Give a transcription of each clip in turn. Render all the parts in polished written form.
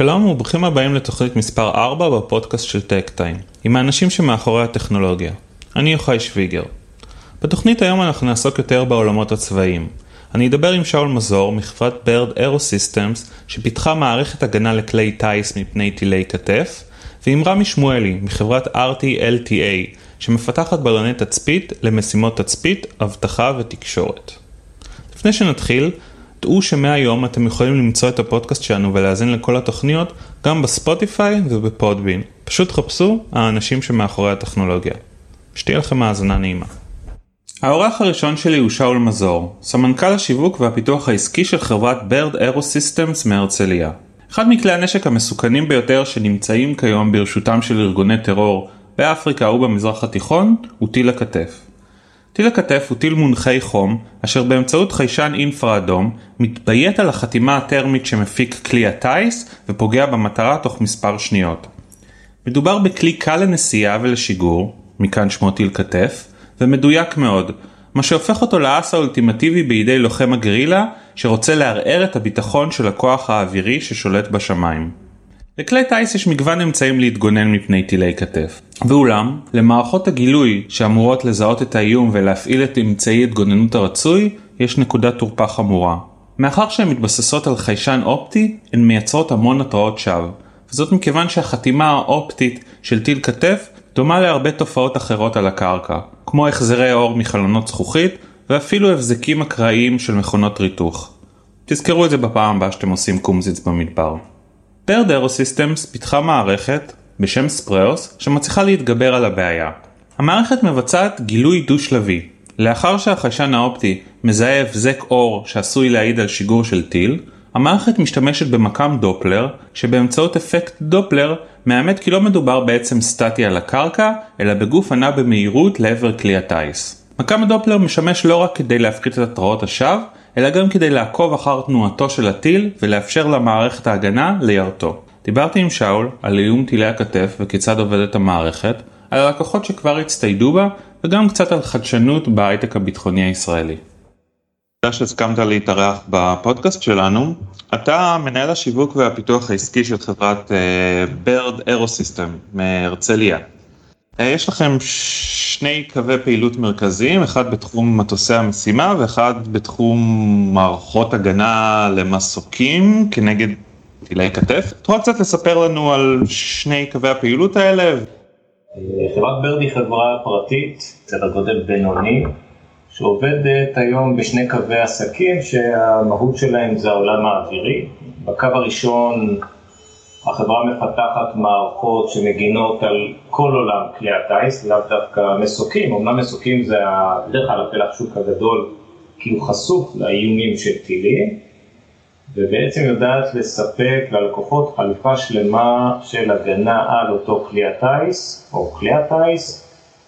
שלום וברוכים הבאים לתוכנית מספר 4 בפודקאסט של טק-טיים, עם האנשים שמאחורי הטכנולוגיה. אני יוחאי שוויגר. בתוכנית היום אנחנו נעסוק יותר בעולמות הצבאיים. אני אדבר עם שאול מזור מחברת בירד אירוסיסטמס שפיתחה מערכת הגנה לכלי טייס מפני טילי כתף, ועם רמי שמואלי מחברת RTLTA שמפתחת בלוני תצפית למשימות תצפית, אבטחה ותקשורת. לפני שנתחיל, דעו שמהיום אתם יכולים למצוא את הפודקאסט שלנו ולהאזין לכל התוכניות גם בספוטיפיי ובפודבין. פשוט חפשו האנשים שמאחורי הטכנולוגיה. שתהיה לכם האזנה נעימה. האורח הראשון שלי הוא שאול מזור, סמנכ"ל השיווק והפיתוח העסקי של חברת בירד אירוסיסטמס מהרצליה. אחד מכלי הנשק המסוכנים ביותר שנמצאים כיום ברשותם של ארגוני טרור באפריקה ובמזרח התיכון הוא טיל הכתף. טיל הכתף הוא טיל מונחי חום, אשר באמצעות חיישן אינפרה אדום מתביית על החתימה הטרמית שמפיק כלי הטייס ופוגע במטרה תוך מספר שניות. מדובר בכלי קל לנסיעה ולשיגור, מכאן שמו טיל כתף, ומדויק מאוד, מה שהופך אותו לאס האולטימטיבי בידי לוחם הגרילה שרוצה לערער את הביטחון של הכוח האווירי ששולט בשמיים. לכלי טייס יש מגוון אמצעים להתגונן מפני טילי כתף. ואולם, למערכות הגילוי שאמורות לזהות את האיום ולהפעיל את אמצעי התגוננות הרצוי, יש נקודת תורפה חמורה. מאחר שהן מתבססות על חיישן אופטי, הן מייצרות המון התראות שווא. וזאת מכיוון שהחתימה האופטית של טיל כתף דומה להרבה תופעות אחרות על הקרקע, כמו החזרי אור מחלונות זכוכית, ואפילו הבזקים אקראיים של מכונות ריתוך. תזכרו את זה בפעם הבאה שאתם עושים קומזיץ במדבר. בירד אירוסיסטמס פיתחה מערכת בשם ספראוס שמצליחה להתגבר על הבעיה. המערכת מבצעת גילוי דו-שלבי. לאחר שהחיישן האופטי מזהה הבזק אור שעשוי להעיד על שיגור של טיל, המערכת משתמשת במקם דופלר שבאמצעות אפקט דופלר מאמת כי לא מדובר בעצם סטטי על הקרקע אלא בגוף הנע במהירות לעבר כלי הטייס. מקם הדופלר משמש לא רק כדי להפחית את התראות השווא אלא גם כדי לעקוב אחר תנועתו של הטיל ולאפשר למערכת ההגנה לירתו. דיברתי עם שאול על איום טילי הכתף וכיצד עובדת המערכת, על הלקוחות שכבר הצטיידו בה וגם קצת על חדשנות בהייטק הביטחוני הישראלי. תודה שהסכמת להתארח בפודקאסט שלנו. אתה מנהל השיווק והפיתוח העסקי של חברת בירד אירוסיסטם מהרצליה. יש לכם שני קווי פעילות מרכזיים, אחד בתחום מטוסי המשימה ואחד בתחום מערכות הגנה למסוקים כנגד טילי כתף. תוכל קצת לספר לנו על שני קווי הפעילות האלה? חברת בירד היא חברה פרטית, סדר גודל בינוני, שעובדת היום בשני קווי עסקים שהמהות שלהם זה העולם האווירי. בקו הראשון החברה מפתחת מערכות שמגינות על כל עולם כלי הטייס, לאו דווקא מסוקים. אמנם מסוקים זה בדרך כלל הפלח שוק הגדול כי הוא חשוף לאיומים של טילים, ובעצם יודעת לספק ללקוחות חליפה שלמה של הגנה על אותו כלי הטייס או כלי הטייס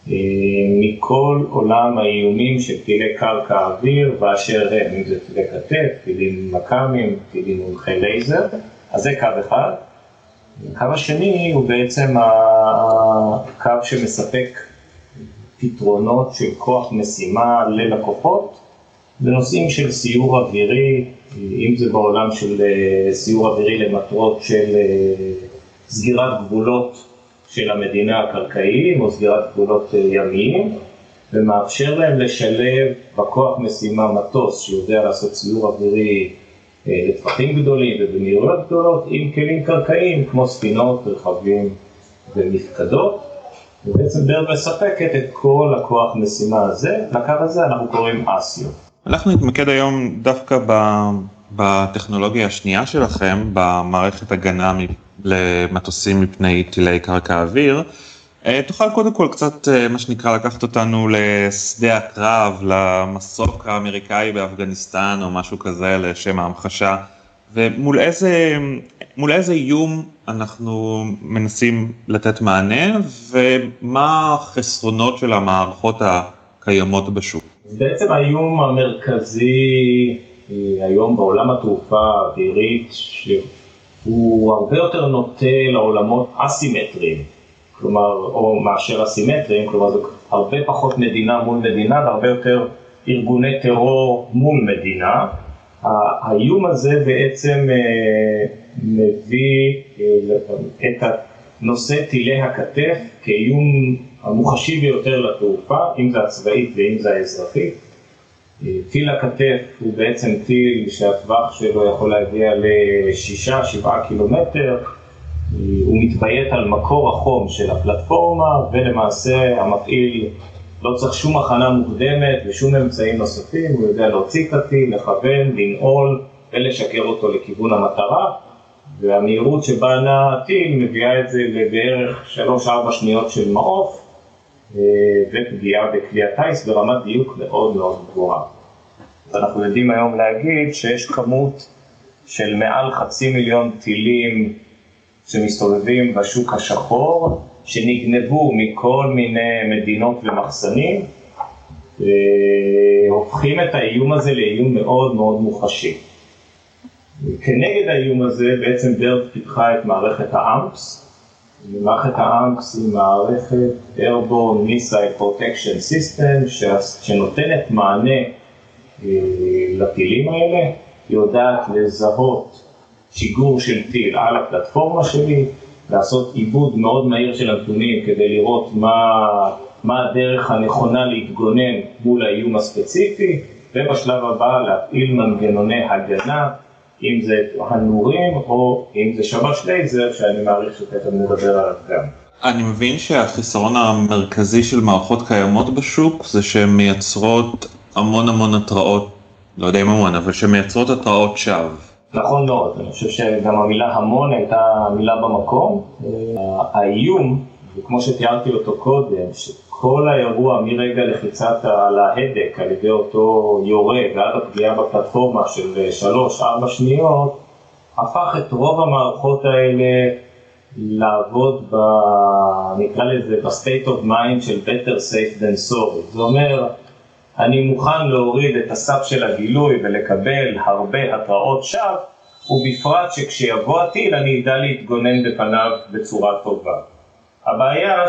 מכל עולם האיומים של טילי קרקע אוויר באשר הם, אם זה טילי כתף, טילים מקמים, טילים מונחי לייזר. אז זה קו אחד. הקו השני הוא בעצם הקו שמספק פתרונות של כוח משימה ללקוחות בנושאים של סיור אווירי, אם זה בעולם של סיור אווירי למטרות של סגירת גבולות של המדינה הקרקעיים או סגירת גבולות ימיים, ומאפשר להם לשלב בכוח משימה מטוס שיודע לעשות סיור אווירי לטווחים גדולים ובמהירויות גדולות עם כלים קרקעיים כמו ספינות, רכבים ומפקדות. ובעצם בירד מספקת את כל הכוח משימה הזה. לקו הזה אנחנו קוראים אסיו. אנחנו נתמקד היום דווקא בטכנולוגיה השנייה שלכם, במערכת הגנה למטוסים מפני טילי קרקע אוויר. תוכל קודם כל קצת מה שנקרא לקחת אותנו לשדה הקרב, למסוק האמריקאי באפגניסטן או משהו כזה לשם ההמחשה, ומול איזה איום אנחנו מנסים לתת מענה ומה החסרונות של המערכות הקיימות בשוק. בעצם האיום המרכזי היום בעולם התעופה האווירית הוא הרבה יותר נוטה לעולמות אסימטריים. כלומר, או מאשר אסימטריים, כלומר זה הרבה פחות מדינה מול מדינה והרבה יותר ארגוני טרור מול מדינה. האיום הזה בעצם מביא את נושא טילי הכתף כאיום המוחשי ביותר לתעופה, אם זה הצבאית ואם זה האזרחית. טיל הכתף הוא בעצם טיל שהטווח שלו יכול להגיע ל6-7 קילומטר, הוא מתביית על מקור החום של הפלטפורמה, ולמעשה המפעיל לא צריך שום הכנה מוקדמת ושום אמצעים נוספים, הוא יודע להוציא את הטיל, לכוון, לנעול ולשקר אותו לכיוון המטרה, והמהירות שבה נע הטיל מביאה את זה לבערך 3-4 שניות של מעוף, ופגיעה בכלי הטייס ברמת דיוק מאוד מאוד גבוהה. אז אנחנו יודעים היום להגיד שיש כמות של מעל 500,000 טילים שמסתובבים בשוק השחור, שנגנבו מכל מיני מדינות ומחסנים, והופכים את האיום הזה לאיום מאוד מאוד מוחשי. כנגד האיום הזה בעצם בירד פיתחה את מערכת האמפס. מערכת האמפס היא מערכת Airborne Missile Protection System שנותנת מענה לטילים האלה, היא יודעת לזהות שיגור של טיל על הפלטפורמה שלי, לעשות עיבוד מאוד מהיר של הנתונים כדי לראות מה הדרך הנכונה להתגונן מול האיום הספציפי, ובשלב הבא להפעיל מנגנוני הגנה, אם זה הנורים או אם זה שבש לייזר, שאני מעריך שתכף נדבר עליו גם. אני מבין שהחיסרון המרכזי של מערכות קיימות בשוק זה שהן מייצרות המון התראות, לא יודע אם המון, אבל שהן מייצרות התראות שווא. נכון מאוד, אני חושב שגם המילה המון הייתה מילה במקום. האיום, וכמו שתיארתי אותו קודם, שכל האירוע מרגע לחיצת על ההדק על ידי אותו יורה ועד הפגיעה בפלטפורמה של 3-4 שניות, הפך את רוב המערכות האלה לעבוד נקרא לזה ב-state of mind של better safe than sorry. זה אומר, אני מוכן להוריד את הסף של הגילוי ולקבל הרבה התראות שווא, ובפרט שכשיבוא הטיל אני אדע להתגונן בפניו בצורה טובה. הבעיה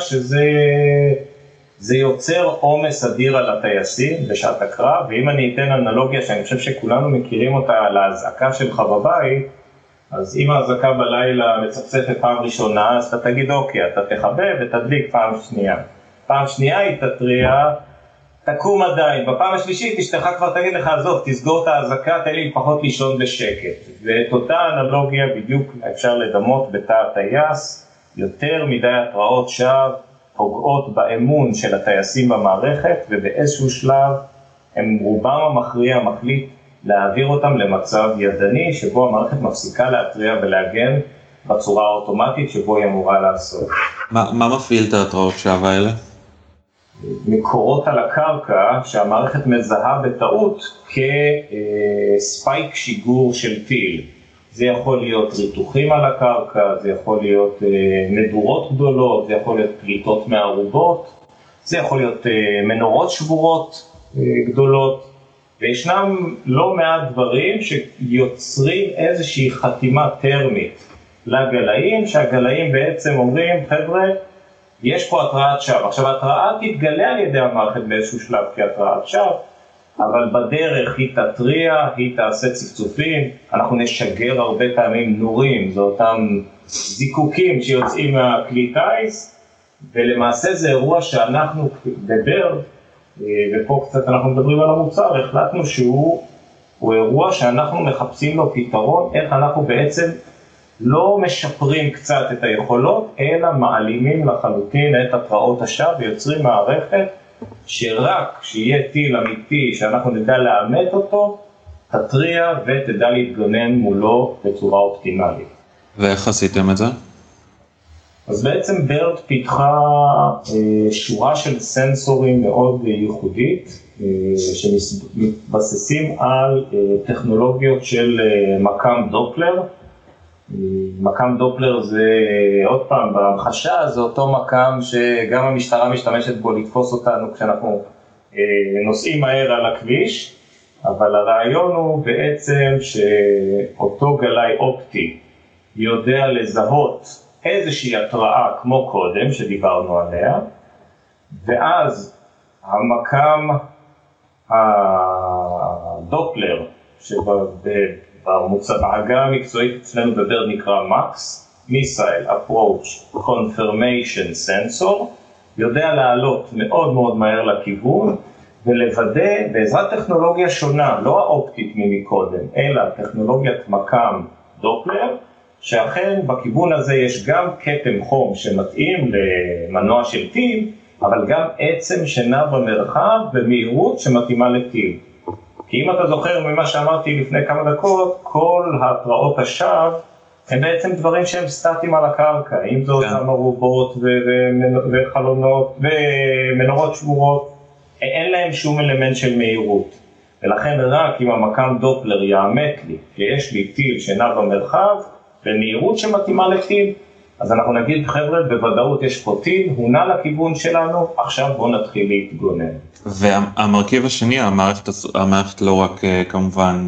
שזה יוצר עומס אדיר על הטייסים בשעת הקרב, ואם אני אתן אנלוגיה שאני חושב שכולנו מכירים אותה על ההזעקה שלך בבית, אז אם ההזעקה בלילה מצפצפת פעם ראשונה, אז אתה תגיד אוקיי, אתה תחבב ותדליק פעם שנייה. פעם שנייה היא תטריע, תקום עדיין, בפעם השלישית אשתך כבר תגיד לך, עזוב, תסגור את ההזעקה, תן לי לפחות לישון בשקט. ואת אותה אנלוגיה בדיוק אפשר לדמות בתא הטייס, יותר מדי התראות שווא פוגעות באמון של הטייסים במערכת, ובאיזשהו שלב הם רובם המכריע מחליט להעביר אותם למצב ידני, שבו המערכת מפסיקה להתריע ולהגן בצורה האוטומטית שבו היא אמורה לעשות. מה מפעיל את ההתראות שווא האלה? מקורות על הקרקע שהמערכת מזהה בטעות כספייק שיגור של טיל. זה יכול להיות ריתוחים על הקרקע, זה יכול להיות מדורות גדולות, זה יכול להיות פליטות מערובות, זה יכול להיות מנורות שבורות גדולות, וישנם לא מעט דברים שיוצרים איזושהי חתימה טרמית לגלאים, שהגלאים בעצם אומרים, חבר'ה, יש פה התראת שווא. עכשיו, ההתראה תתגלה על ידי המערכת באיזשהו שלב כהתראת שווא, אבל בדרך היא תטריע, היא תעשה צפצופים, אנחנו נשגר הרבה פעמים נורים, זה אותם זיקוקים שיוצאים מהכלי טייס, ולמעשה זה אירוע שאנחנו בבירד, ופה קצת אנחנו מדברים על המוצר, החלטנו שהוא אירוע שאנחנו מחפשים לו פתרון, איך אנחנו בעצם לא משפרים קצת את היכולות, אלא מעלימים לחלוטין את התראות השווא ויוצרים מערכת שרק כשיהיה טיל אמיתי שאנחנו נדע לאמת אותו, תטריע ותדע להתגונן מולו בצורה אופטימלית. ואיך עשיתם את זה? אז בעצם בירד פיתחה שורה של סנסורים מאוד ייחודית, שמתבססים על טכנולוגיות של מקם דופלר. מקם דופלר זה, עוד פעם, בהמחשה, זה אותו מקם שגם המשטרה משתמשת בו לתפוס אותנו כשאנחנו נוסעים מהר על הכביש, אבל הרעיון הוא בעצם שאותו גלאי אופטי יודע לזהות איזושהי התראה כמו קודם שדיברנו עליה, ואז המקם הדופלר בעגה המקצועית אצלנו בברד נקרא MAX, Missile Approach Confirmation Sensor, יודע לעלות מאוד מאוד מהר לכיוון, ולוודא בעזרת טכנולוגיה שונה, לא האופטית ממקודם, אלא טכנולוגיית מקם דופלר, שאכן בכיוון הזה יש גם כתם חום שמתאים למנוע של טיל, אבל גם עצם שנע במרחב במהירות שמתאימה לטיל. כי אם אתה זוכר ממה שאמרתי לפני כמה דקות, כל התראות השווא הם בעצם דברים שהם סטטיים על הקרקע, אם זה אותם ארובות וחלונות ומנורות שבורות, אין להם שום אלמנט של מהירות. ולכן רק אם המקם דופלר יאמת לי, שיש לי טיל שנע במרחב, במהירות שמתאימה לטיל, אז אנחנו נגיד, חבר'ה, בוודאות יש פה טיל, הוא נע לכיוון שלנו, עכשיו בואו נתחיל להתגונן. והמרכיב השני, המערכת לא רק כמובן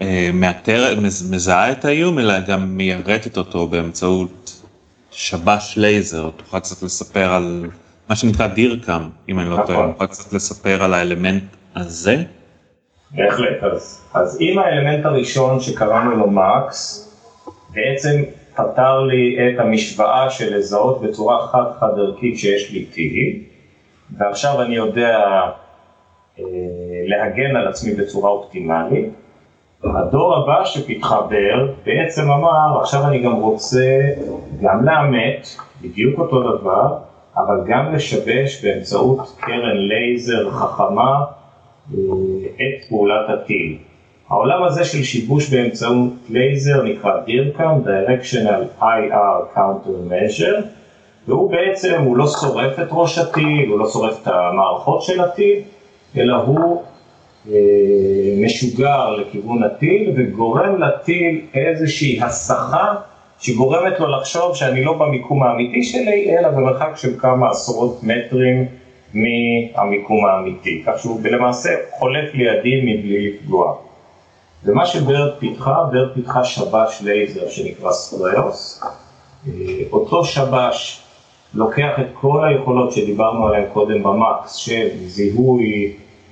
מזהה את האיום, אלא גם מיירטת אותו באמצעות שבש לייזר. תוכל קצת לספר על מה שנקרא דירקם, אם אני לא טועה, תוכל קצת לספר על האלמנט הזה? בהחלט, אז אם האלמנט הראשון שקראנו לו מקס, בעצם פתר לי את המשוואה של לזהות בצורה חד ערכית שיש לי טיל, ועכשיו אני יודע להגן על עצמי בצורה אופטימלית. הדור הבא שפיתחה ברד בעצם אמר, עכשיו אני גם רוצה גם לאמת, בדיוק אותו דבר, אבל גם לשבש באמצעות קרן לייזר חכמה את פעולת הטיל. העולם הזה של שיבוש באמצעות לייזר נקרא דירקם, Directional IR Countermeasure, והוא בעצם, הוא לא שורף את ראש הטיל, הוא לא שורף את המערכות של הטיל, אלא הוא משוגר לכיוון הטיל וגורם לטיל איזושהי הסחה שגורמת לו לחשוב שאני לא במיקום האמיתי שלי, אלא במרחק של כמה עשרות מטרים מהמיקום האמיתי, כך שהוא למעשה חולף לידי מבלי לפגוע. ומה שברד פיתחה שבש לייזר שנקרא סטריאוס. אותו שבש לוקח את כל היכולות שדיברנו עליהן קודם במקס, של זיהוי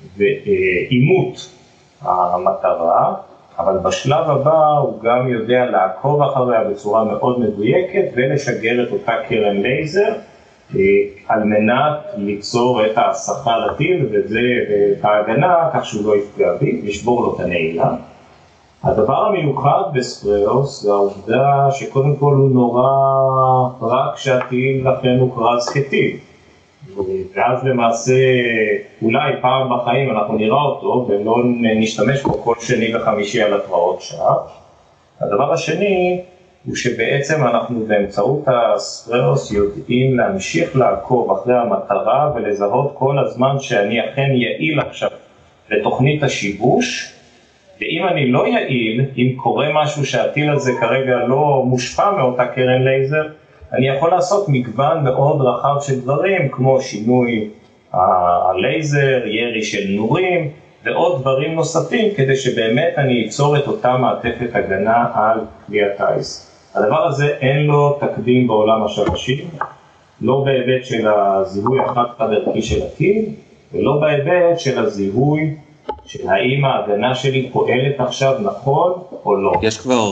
ואימות המטרה, אבל בשלב הבא הוא גם יודע לעקוב אחריה בצורה מאוד מדויקת ולשגר את אותה קרן לייזר על מנת ליצור את ההסחה לטיל ואת ההגנה כך שהוא לא יפגע בי, לשבור לו את הנעילה. הדבר המיוחד בסטריאוס זה העובדה שקודם כל הוא נורא רק כשהטיל לכן הוא קרץ כטיל. ואז למעשה אולי פעם בחיים אנחנו נראה אותו ולא נשתמש בו כל שני וחמישי על התראות שווא. הדבר השני הוא שבעצם אנחנו באמצעות הסטריאוס יודעים להמשיך לעקוב אחרי המטרה ולזהות כל הזמן שאני אכן יעיל עכשיו לתוכנית השיבוש, ואם אני לא יעיל, אם קורה משהו שהטיל הזה כרגע לא מושפע מאותה קרן לייזר, אני יכול לעשות מגוון מאוד רחב של דברים, כמו שינוי הלייזר, ירי של נורים, ועוד דברים נוספים, כדי שבאמת אני אצור את אותה מעטפת הגנה על כלי הטייס. הדבר הזה אין לו תקדים בעולם השבשים, לא בהיבט של הזיהוי החד-ערכי של הטיל, ולא בהיבט של הזיהוי של האם ההגנה שלי פועלת עכשיו נכון או לא. יש כבר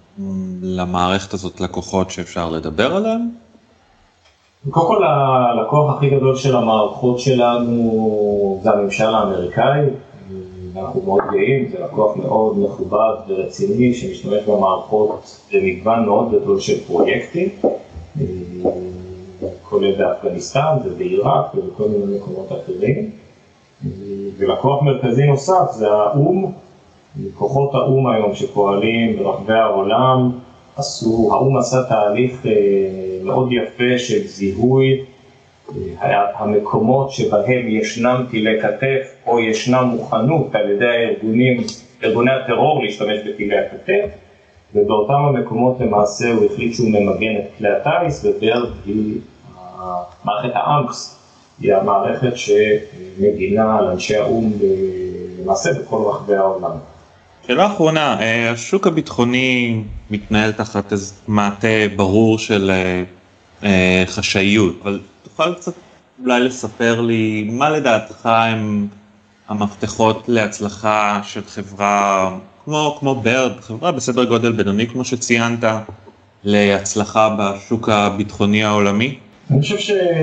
למערכת הזאת לקוחות שאפשר לדבר עליהם? קודם כל הלקוח הכי גדול של המערכות שלנו זה הממשל האמריקאי, אנחנו מאוד גאים, זה לקוח מאוד מכובד ורציני שמשתמש במערכות במגוון מאוד גדול של פרויקטים, כולל באפגניסטן ובעיראק ובכל מיני מקומות אחרים. ולקוח מרכזי נוסף זה האום, כוחות האום היום שפועלים ברחבי העולם, האום עשה תהליך מאוד יפה של זיהוי המקומות שבהם ישנם טילי כתף או ישנם מוכנות על ידי ארגוני הטרור להשתמש בטילי הכתף, ובאותם המקומות למעשה הוא החליט שהוא ממגן את כלי הטייס, וברד היא מערכת האמפס, היא המערכת שמגינה על אנשי האום למעשה בכל רחבי העולם. שאלה אחרונה, השוק הביטחוני מתנהל תחת איזה מעטה ברור של חשאיות, אבל תוכל קצת אולי לספר לי מה לדעתך הם המפתחות להצלחה של חברה כמו בירד, חברה בסדר גודל בינוני כמו שציינת, להצלחה בשוק הביטחוני העולמי? אני חושב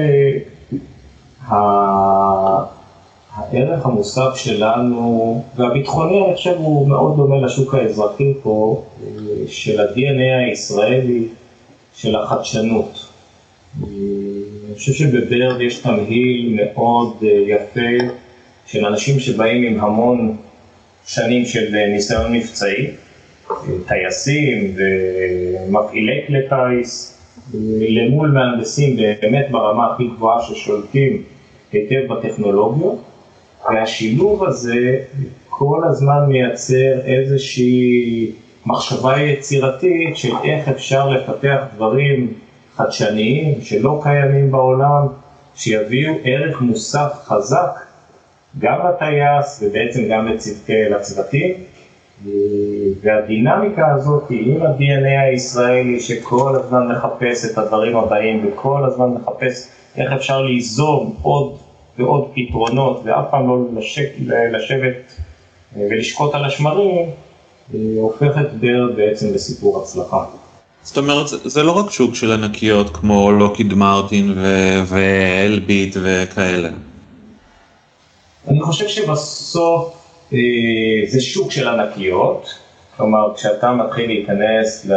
הערך המוסף שלנו, והביטחוני אני חושב הוא מאוד דומה לשוק האזרחי פה, של ה-DNA הישראלי, של החדשנות. אני חושב שבבירד יש תמהיל מאוד יפה של אנשים שבאים עם המון שנים של ניסיון מבצעי, טייסים ומפעילי כלי טיס, למול מהנדסים באמת ברמה הכי גבוהה ששולטים היטב בטכנולוגיות, והשילוב הזה כל הזמן מייצר איזושהי מחשבה יצירתית של איך אפשר לפתח דברים חדשניים שלא קיימים בעולם, שיביאו ערך מוסף חזק גם לטייס ובעצם גם לצוותים. והדינמיקה הזאת עם ה-DNA הישראלי שכל הזמן מחפש את הדברים הבאים וכל הזמן מחפש איך אפשר ליזום עוד ועוד פתרונות ואף פעם לא לשבת ולשקוט על השמרים, הופכת בירד בעצם לסיפור הצלחה. זאת אומרת, זה לא רק שוק של ענקיות כמו לוקיד מרטין ואלביט וכאלה. אני חושב שבסוף זה שוק של ענקיות, כלומר כשאתה מתחיל להיכנס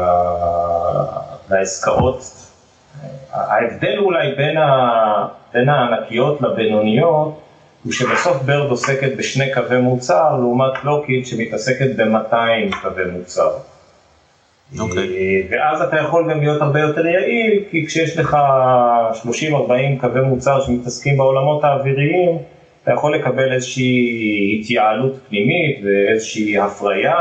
לעסקאות, ההבדל אולי בין הענקיות לבינוניות, הוא שבסוף בירד עוסקת בשני קווי מוצר, לעומת לוקיד שמתעסקת ב-200 קווי מוצר. ואז אתה יכול גם להיות הרבה יותר יעיל, כי כשיש לך 30-40 קווי מוצר שמתעסקים בעולמות האוויריים, אתה יכול לקבל איזושהי התייעלות פנימית ואיזושהי הפריה.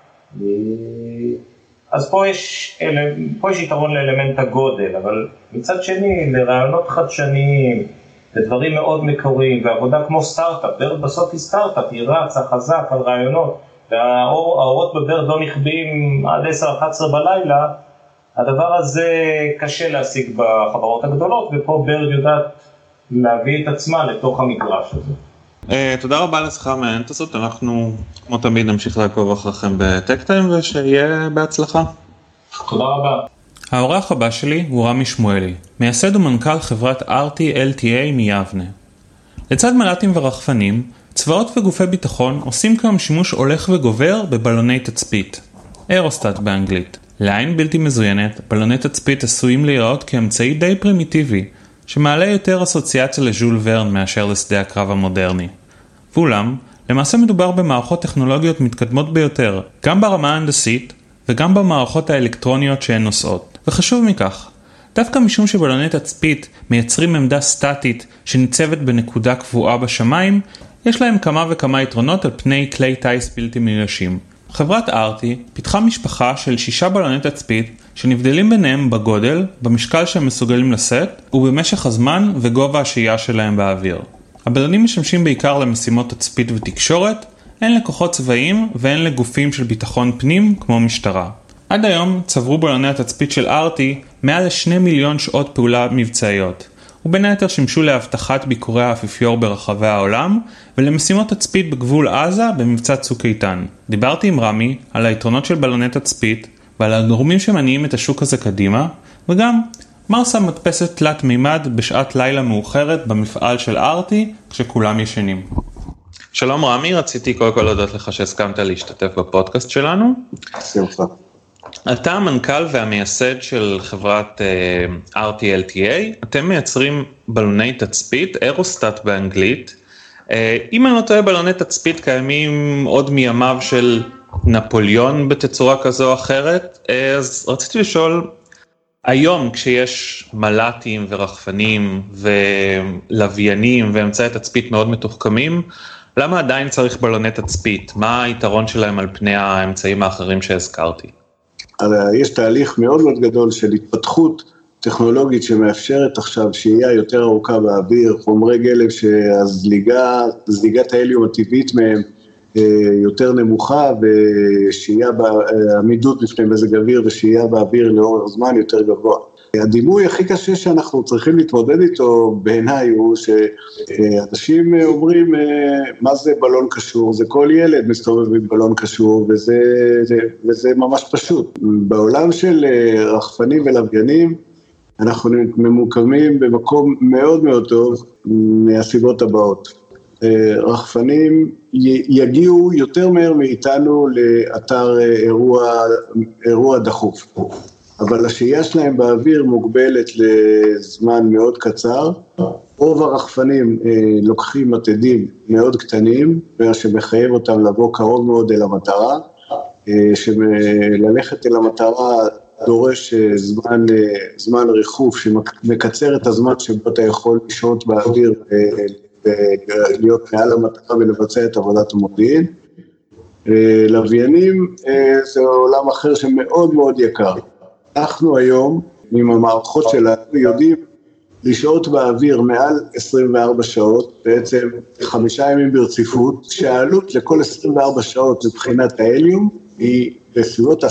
אז פה יש יתרון לאלמנט הגודל, אבל מצד שני, לרעיונות חדשניים, לדברים מאוד מקוריים, ועבודה כמו סטארט-אפ, בירד בסוף היא סטארט-אפ, היא רצה חזק על רעיונות, והאורות בבירד לא נכבים עד 10-11 בלילה, הדבר הזה קשה להשיג בחברות הגדולות, ופה בירד יודעת להביא את עצמה לתוך המגרש הזה. תודה רבה לשיחה המעניינת הזאת, אנחנו כמו תמיד נמשיך לעקוב אחריכם בטק-טיים ושיהיה בהצלחה. תודה רבה. האורח הבא שלי הוא רמי שמואלי, מייסד ומנכ"ל חברת RTLTA מיבנה. לצד מל"טים ורחפנים, צבאות וגופי ביטחון עושים כיום שימוש הולך וגובר בבלוני תצפית, אירוסטאט באנגלית. לעין בלתי מזוינת, בלוני תצפית עשויים להיראות כאמצעי די פרימיטיבי, שמעלה יותר אסוציאציה לז'ול ורן מאשר לשדה הקרב המודרני. ואולם, למעשה מדובר במערכות טכנולוגיות מתקדמות ביותר, גם ברמה ההנדסית וגם במערכות האלקטרוניות שהן נושאות. וחשוב מכך, דווקא משום שבלוני תצפית מייצרים עמדה סטטית שניצבת בנקודה קבועה בשמיים, יש להם כמה וכמה יתרונות על פני כלי טיס בלתי מאוישים. חברת ארטי פיתחה משפחה של 6 בלוני תצפית שנבדלים ביניהם בגודל, במשקל שהם מסוגלים לשאת, ובמשך הזמן וגובה השהייה שלהם באוויר. הבלונים משמשים בעיקר למשימות תצפית ותקשורת, הן לכוחות צבאיים והן לגופים של ביטחון פנים כמו משטרה. עד היום צברו בלוני התצפית של ארטי מעל ל2 מיליון שעות פעולה מבצעיות, ובין היתר שימשו להבטחת ביקורי האפיפיור ברחבי העולם ולמשימות תצפית בגבול עזה במבצע צוק איתן. דיברתי עם רמי על היתרונות של בלוני תצפית ועל הגורמים שמניעים את השוק הזה קדימה, וגם מה עושה מדפסת תלת מימד בשעת לילה מאוחרת במפעל של ארטי כשכולם ישנים. שלום רמי, רציתי קודם כל להודות לך שהסכמת להשתתף בפודקאסט שלנו. שמחה. אתה המנכ"ל והמייסד של חברת RTLTA, אתם מייצרים בלוני תצפית, אירוסטאט באנגלית. אם אני לא טועה, בלוני תצפית קיימים עוד מימיו של נפוליאון בתצורה כזו או אחרת, אז רציתי לשאול, היום כשיש מל"טים ורחפנים ולוויינים ואמצעי תצפית מאוד מתוחכמים, למה עדיין צריך בלוני תצפית? מה היתרון שלהם על פני האמצעים האחרים שהזכרתי? יש תהליך מאוד מאוד גדול של התפתחות טכנולוגית שמאפשרת עכשיו שהייה יותר ארוכה באוויר, חומרי גלם שהזליגת ההליום הטבעית מהם יותר נמוכה, ושהייה בעמידות בפני מזג אוויר ושהייה באוויר לאורך זמן יותר גבוה. הדימוי הכי קשה שאנחנו צריכים להתמודד איתו בעיניי הוא שאנשים אומרים מה זה בלון קשור, זה כל ילד מסתובב עם בלון קשור וזה ממש פשוט. בעולם של רחפנים ולוויינים אנחנו ממוקמים במקום מאוד מאוד טוב מהסיבות הבאות. רחפנים יגיעו יותר מהר מאיתנו לאתר אירוע דחוף. אבל השהייה שלהם באוויר מוגבלת לזמן מאוד קצר. רוב הרחפנים לוקחים מתדים מאוד קטנים, שמחייב אותם לבוא קרוב מאוד אל המטרה, שללכת אל המטרה דורש זמן ריחוף, שמקצר את הזמן שבו אתה יכול לשהות באוויר, ולהיות מעל המטרה ולבצע את עבודת המודיעין. לוויינים זה עולם אחר שמאוד מאוד יקר. אנחנו היום, עם המערכות שלנו, יודעים לשהות באוויר מעל 24 שעות, בעצם 5 ימים ברציפות, שהעלות לכל 24 שעות מבחינת ההליום היא בסביבות $10,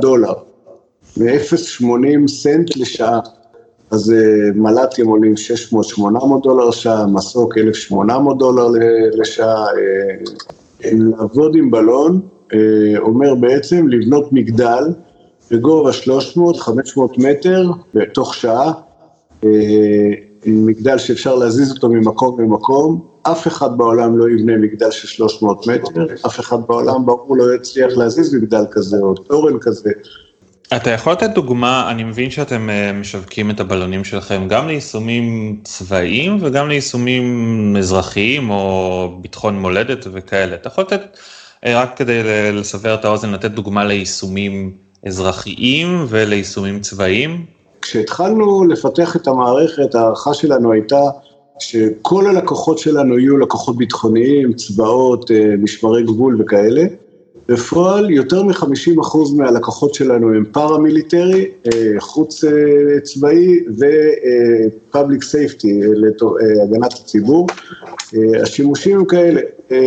מ-0.80 סנט לשעה. אז מל"טים עולים $600-800 לשעה, מסוק $1,800 לשעה. לעבוד עם בלון אומר בעצם לבנות מגדל, בגובה 300-500 מטר בתוך שעה, מגדל שאפשר להזיז אותו ממקום למקום. אף אחד בעולם לא יבנה מגדל של 300 מטר, אף אחד בעולם ברור לא יצליח להזיז מגדל כזה או תורן כזה. אתה יכול לתת דוגמה, אני מבין שאתם משווקים את הבלונים שלכם גם ליישומים צבאיים וגם ליישומים אזרחיים או ביטחון מולדת וכאלה. אתה יכול לתת, רק כדי לסבר את האוזן, לתת דוגמה ליישומים אזרחיים וליישומים צבאיים? כשהתחלנו לפתח את המערכת, הערכה שלנו הייתה שכל הלקוחות שלנו יהיו לקוחות ביטחוניים, צבאות, משמרי גבול וכאלה. בפועל, יותר מ-50% מהלקוחות שלנו הם פארה-מיליטרי, חוץ צבאי ו-public safety, הגנת הציבור. השימושים הם כאלה,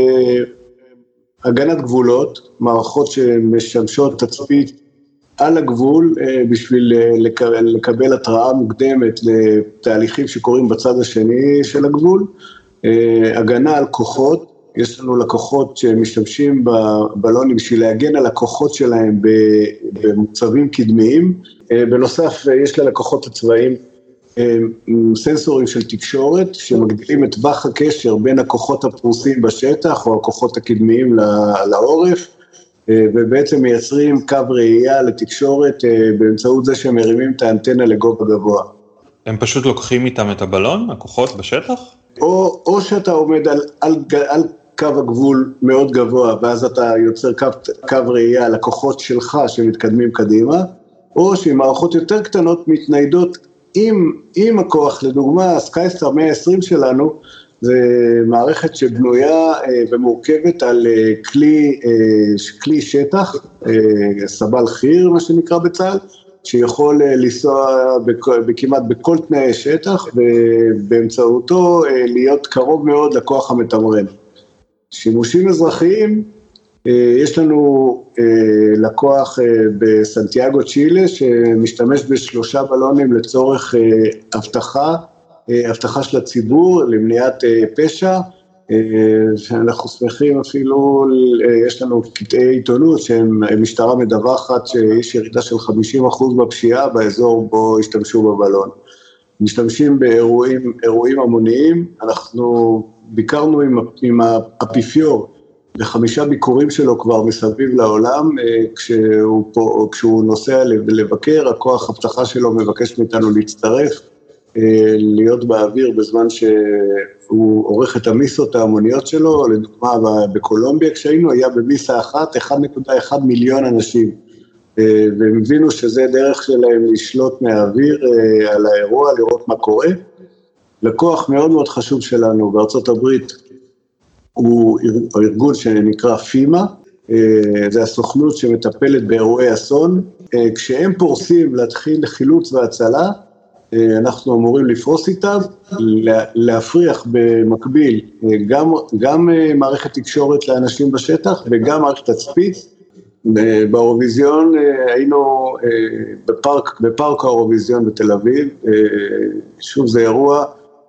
הגנת גבולות, מערכות שמשמשות תצפית על הגבול בשביל לקבל התראה מוקדמת לתהליכים שקורים בצד השני של הגבול, הגנה על כוחות, יש לנו לקוחות שמשתמשים בבלונים בשביל להגן על הכוחות שלהם במוצבים קדמיים, בנוסף יש ללקוחות הצבאיים סנסורים של תקשורת שמגדילים את טווח הקשר בין הכוחות הפרוסים בשטח או הכוחות הקדמיים לעורף, ובעצם מייצרים קו ראייה לתקשורת באמצעות זה שהם מרימים את האנטנה לגובה גבוה. הם פשוט לוקחים איתם את הבלון, הכוחות בשטח? או שאתה עומד על קו הגבול מאוד גבוה, ואז אתה יוצר קו ראייה לכוחות שלך שמתקדמים קדימה, או שעם מערכות יותר קטנות מתניידות עם הכוח, לדוגמה, הסקייסטאר 120 שלנו, זה מערכת שבנויה ומורכבת על כלי שטח, סבל חיר, מה שנקרא בצה"ל, שיכול לנסוע כמעט בכל תנאי שטח, ובאמצעותו להיות קרוב מאוד לכוח המתמרן. שימושים אזרחיים, יש לנו לקוח בסנטיאגו צ'ילה, שמשתמש ב3 בלונים לצורך הבטחה של הציבור, למניעת פשע, שאנחנו שמחים אפילו, יש לנו קטעי עיתונות שהם משטרה מדווחת שיש ירידה של 50% בפשיעה באזור בו השתמשו בבלון. משתמשים באירועים המוניים, אנחנו ביקרנו עם האפיפיור, ב5 ביקורים שלו כבר מסביב לעולם, כשהוא נוסע לבקר, הכוח הבטחה שלו מבקש מאיתנו להצטרף, להיות באוויר בזמן שהוא עורך את המיסות ההמוניות שלו, לדוגמה בקולומביה כשהיינו, היה במיסה אחת 1.1 מיליון אנשים, והם הבינו שזה דרך שלהם לשלוט מהאוויר על האירוע, לראות מה קורה. לקוח מאוד מאוד חשוב שלנו בארצות הברית, הוא ארגון שנקרא פימה, זה הסוכנות שמטפלת באירועי אסון, כשהם פורסים להתחיל לחילוץ והצלה, אנחנו אמורים לפרוס איתם, להפריח במקביל גם מערכת תקשורת לאנשים בשטח, וגם מערכת תצפית, באירוויזיון היינו בפארק האירוויזיון בתל אביב, שוב זה אירוע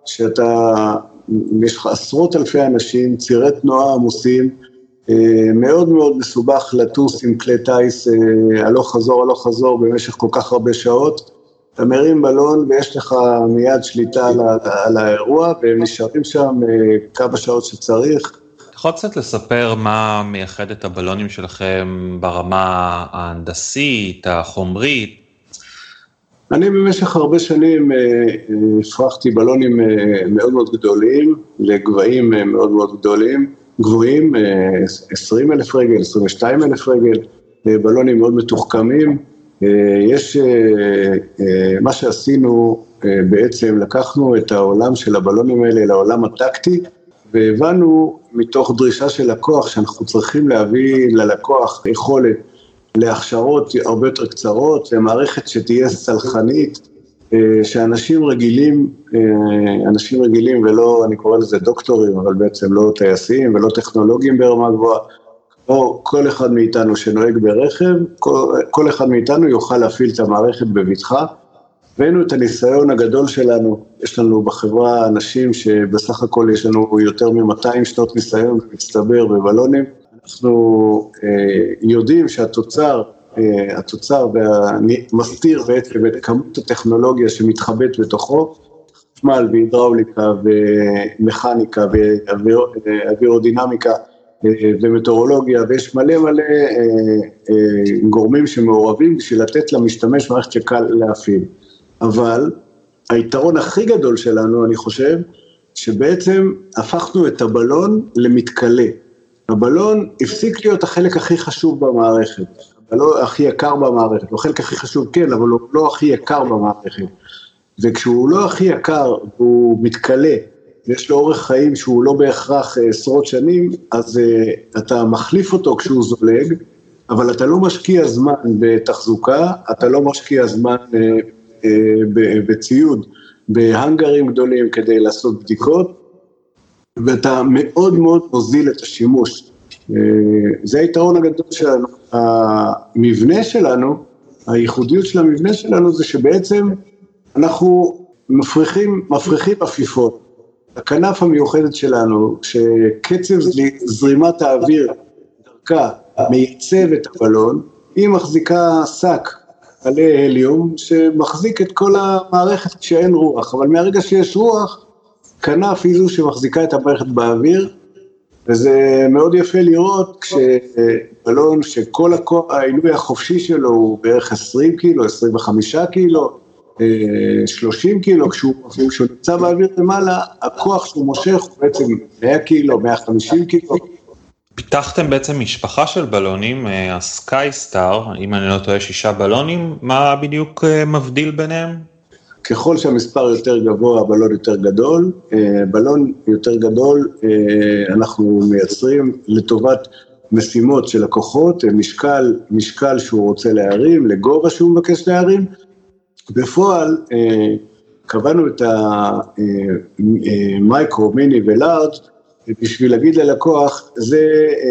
יש לך עשרות אלפי אנשים, צירי תנועה עמוסים, מאוד מאוד מסובך לטוס עם כלי טייס הלוך חזור במשך כל כך הרבה שעות, אתה מרים בלון ויש לך מיד שליטה על האירוע, והם נשארים שם כמה שעות שצריך. אתה יכול קצת לספר מה מייחד את הבלונים שלכם ברמה ההנדסית, החומרית? אני במשך הרבה שנים הפרחתי בלונים מאוד מאוד גדולים, לגבהים מאוד מאוד גבוהים, 20,000 רגל, 22,000 רגל, בלונים מאוד מתוחכמים. מה שעשינו בעצם, לקחנו את העולם של הבלונים האלה לעולם הטקטי, והבנו מתוך דרישה של לקוח שאנחנו צריכים להביא ללקוח יכולת להכשרות הרבה יותר קצרות, למערכת שתהיה סלחנית, שאנשים רגילים ולא, אני קורא לזה דוקטורים, אבל בעצם לא טייסים ולא טכנולוגים ברמה גבוהה, או כל אחד מאיתנו שנוהג ברכב, כל אחד מאיתנו יוכל להפעיל את המערכת בבטחה. הבאנו את הניסיון הגדול שלנו, יש לנו בחברה אנשים שבסך הכל יש לנו יותר מ-200 שנות ניסיון מצטבר בבלונים, אנחנו יודעים שהתוצר מסתיר בעצם את כמות הטכנולוגיה שמתחבאת בתוכו, חשמל והידראוליקה ומכניקה ואווירודינמיקה ומטאורולוגיה, ויש מלא גורמים שמעורבים בשביל לתת למשתמש מערכת שקל להפעיל. אבל היתרון הכי גדול שלנו, אני חושב, שבעצם הפכנו את הבלון למתכלה. הבלון הפסיק להיות החלק הכי חשוב במערכת, לא הכי יקר במערכת, הוא החלק הכי חשוב כן, אבל הוא לא הכי יקר במערכת. וכשהוא לא הכי יקר, הוא מתכלה, יש לו אורך חיים שהוא לא בהכרח עשרות שנים, אז אתה מחליף אותו כשהוא זולג, אבל אתה לא משקיע זמן בתחזוקה, אתה לא משקיע זמן בציוד, בהנגרים גדולים כדי לעשות בדיקות, ואתה מאוד מאוד מוזיל את השימוש. זה היתרון הגדול שלנו. המבנה שלנו, הייחודיות של המבנה שלנו זה שבעצם אנחנו מפריחים עפיפות. הכנף המיוחדת שלנו, שקצב זרימת האוויר דרכה מייצב את הבלון, היא מחזיקה שק עלי הליום, שמחזיק את כל המערכת כשאין רוח, אבל מהרגע שיש רוח, כנף היא זו שמחזיקה את המערכת באוויר, וזה מאוד יפה לראות כשבלון שכל העילוי החופשי שלו הוא בערך 20 קילו, 25 קילו, 30 קילו, כשהוא נמצא באוויר למעלה, הכוח שהוא מושך הוא בעצם 100 קילו, 150 קילו. פיתחתם בעצם משפחה של בלונים, הסקייסטאר, אם אני לא טועה 6 בלונים, מה בדיוק מבדיל ביניהם? ככל שהמספר יותר גבוה, הבלון יותר גדול, בלון יותר גדול אנחנו מייצרים לטובת משימות של לקוחות, משקל שהוא רוצה להרים, לגובה שהוא מבקש להרים, בפועל קבענו את המייקרו, מיני ולארג' בשביל להגיד ללקוח, זה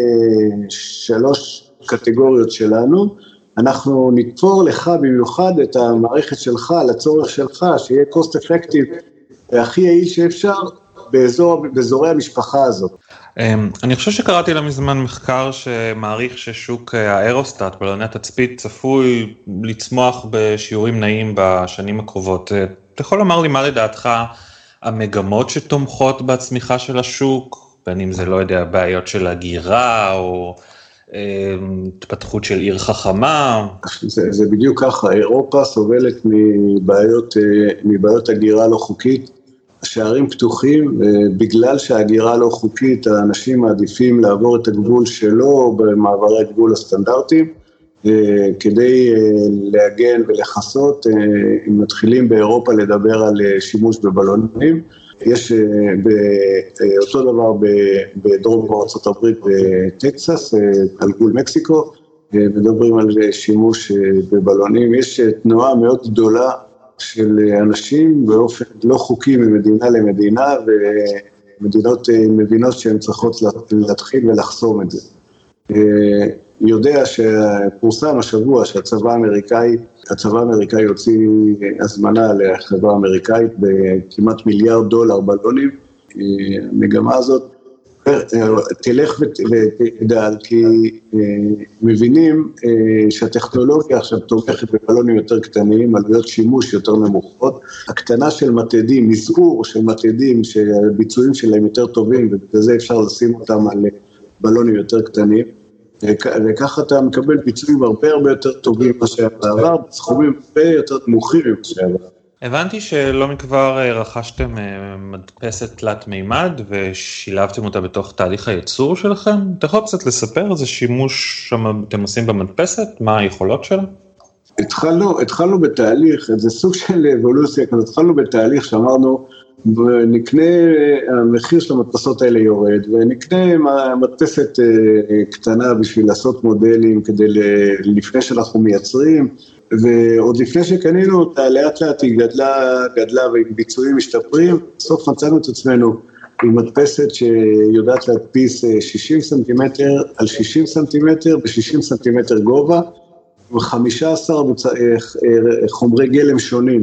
3 קטגוריות שלנו, אנחנו נתפור לך במיוחד את המערכת שלך, לצורך שלך, שיהיה cost effective, והכי יעיל שאפשר, באזורי המשפחה הזאת. אני חושב שקראתי לה מזמן מחקר שמעריך ששוק האירוסטאט, בלוני התצפית, צפוי לצמוח בשיעורים נעים בשנים הקרובות. אתה יכול לומר לי מה לדעתך המגמות שתומכות בצמיחה של השוק, בין אם זה לא יודע, בעיות של הגירה או התפתחות של עיר חכמה? זה בדיוק ככה, אירופה סובלת מבעיות הגירה לא חוקית, השערים פתוחים, בגלל שההגירה לא חוקית, האנשים מעדיפים לעבור את הגבול שלו במעברי הגבול הסטנדרטיים, כדי להגן ולחסות, אם מתחילים באירופה לדבר על שימוש בבלונים, יש אותו דבר בדרום ארצות הברית בטקסס, על גבול מקסיקו, מדברים על שימוש בבלונים, יש תנועה מאוד גדולה של אנשים באופן לא חוקי ממדינה למדינה, ומדינות מבינות שהן צריכות להתחיל ולחסום את זה. יודע שפורסם השבוע שהצבא האמריקאי הוציא הזמנה לחברה אמריקאית בכמעט $1 מיליארד בלונים. המגמה הזאת תלך ותגדל, כי מבינים שהטכנולוגיה עכשיו תומכת בבלונים יותר קטנים, עלויות שימוש יותר נמוכות, הקטנה של מתעדים, מזעור של מתעדים שהביצועים שלהם יותר טובים, ובזה אפשר לשים אותם על בלונים יותר קטנים, וככה אתה מקבל ביצועים הרבה יותר טובים מה שהיה בעבר, בסכומים הרבה יותר נמוכים ממה שהיה בעבר. הבנתי שלא מכבר רכשתם מדפסת תלת מימד ושילבתם אותה בתוך תהליך הייצור שלכם. אתה יכול קצת לספר איזה שימוש שאתם עושים במדפסת? מה היכולות שלה? התחלנו בתהליך, זה סוג של אבולוציה, התחלנו בתהליך שאמרנו, נקנה, המחיר של המדפסות האלה יורד, ונקנה מדפסת קטנה בשביל לעשות מודלים, לפני שאנחנו מייצרים, ועוד לפני שקנינו אותה, לאט לאט היא גדלה ועם ביצועים משתפרים, בסוף מצאנו את עצמנו עם מדפסת שיודעת להדפיס 60 סנטימטר על 60 סנטימטר, ב-60 סנטימטר גובה, ו15 חומרי גלם שונים.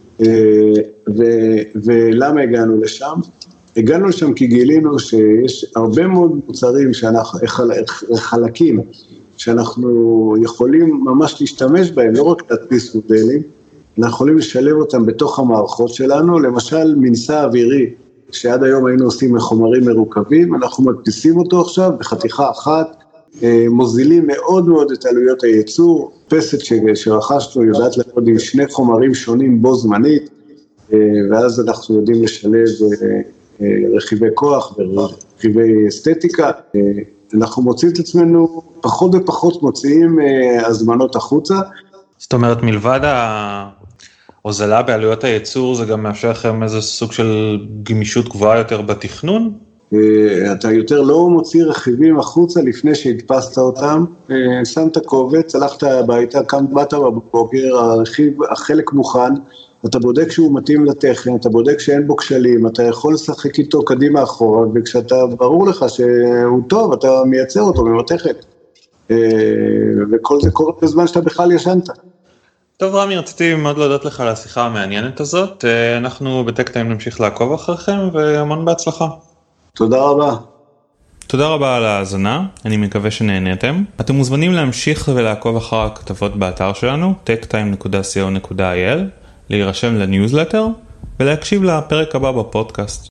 ולמה הגענו לשם? הגענו לשם כי גילינו שיש הרבה מאוד מוצרים, חלקים, שאנחנו יכולים ממש להשתמש בהם, לא רק להדפיס מודלים, אנחנו יכולים לשלב אותם בתוך המערכות שלנו, למשל מנסה אווירי, שעד היום היינו עושים מחומרים מרוכבים, אנחנו מדפיסים אותו עכשיו בחתיכה אחת, מוזילים מאוד מאוד את עלויות הייצור, פסת שרכשנו יודעת לעבוד עם שני חומרים שונים בו זמנית, ואז אנחנו יודעים לשלב רכיבי כוח ורכיבי אסתטיקה, אנחנו מוצאים את עצמנו פחות ופחות מוציאים הזמנות החוצה. זאת אומרת, מלבד ההוזלה בעלויות הייצור, זה גם מאפשר לכם איזה סוג של גמישות גבוהה יותר בתכנון? אתה יותר לא מוציא רכיבים החוצה לפני שהדפסת אותם, שמת קובץ, הלכת הביתה, באת בבוקר, החלק מוכן, אתה בודק שהוא מתאים לתכן, אתה בודק שאין בו כשלים, אתה יכול לשחק איתו קדימה אחורה, וכשאתה ברור לך שהוא טוב, אתה מייצר אותו במתכת, וכל זה קורה בזמן שאתה בכלל ישנת. טוב רמי, רציתי מאוד להודות לך על השיחה המעניינת הזאת, אנחנו בטקטיים נמשיך לעקוב אחריכם, והמון בהצלחה. תודה רבה. תודה רבה על ההאזנה, אני מקווה שנהניתם. אתם מוזמנים להמשיך ולעקוב אחר הכתבות באתר שלנו, techtime.co.il, להירשם לניוזלטר ולהקשיב לפרק הבא בפודקאסט.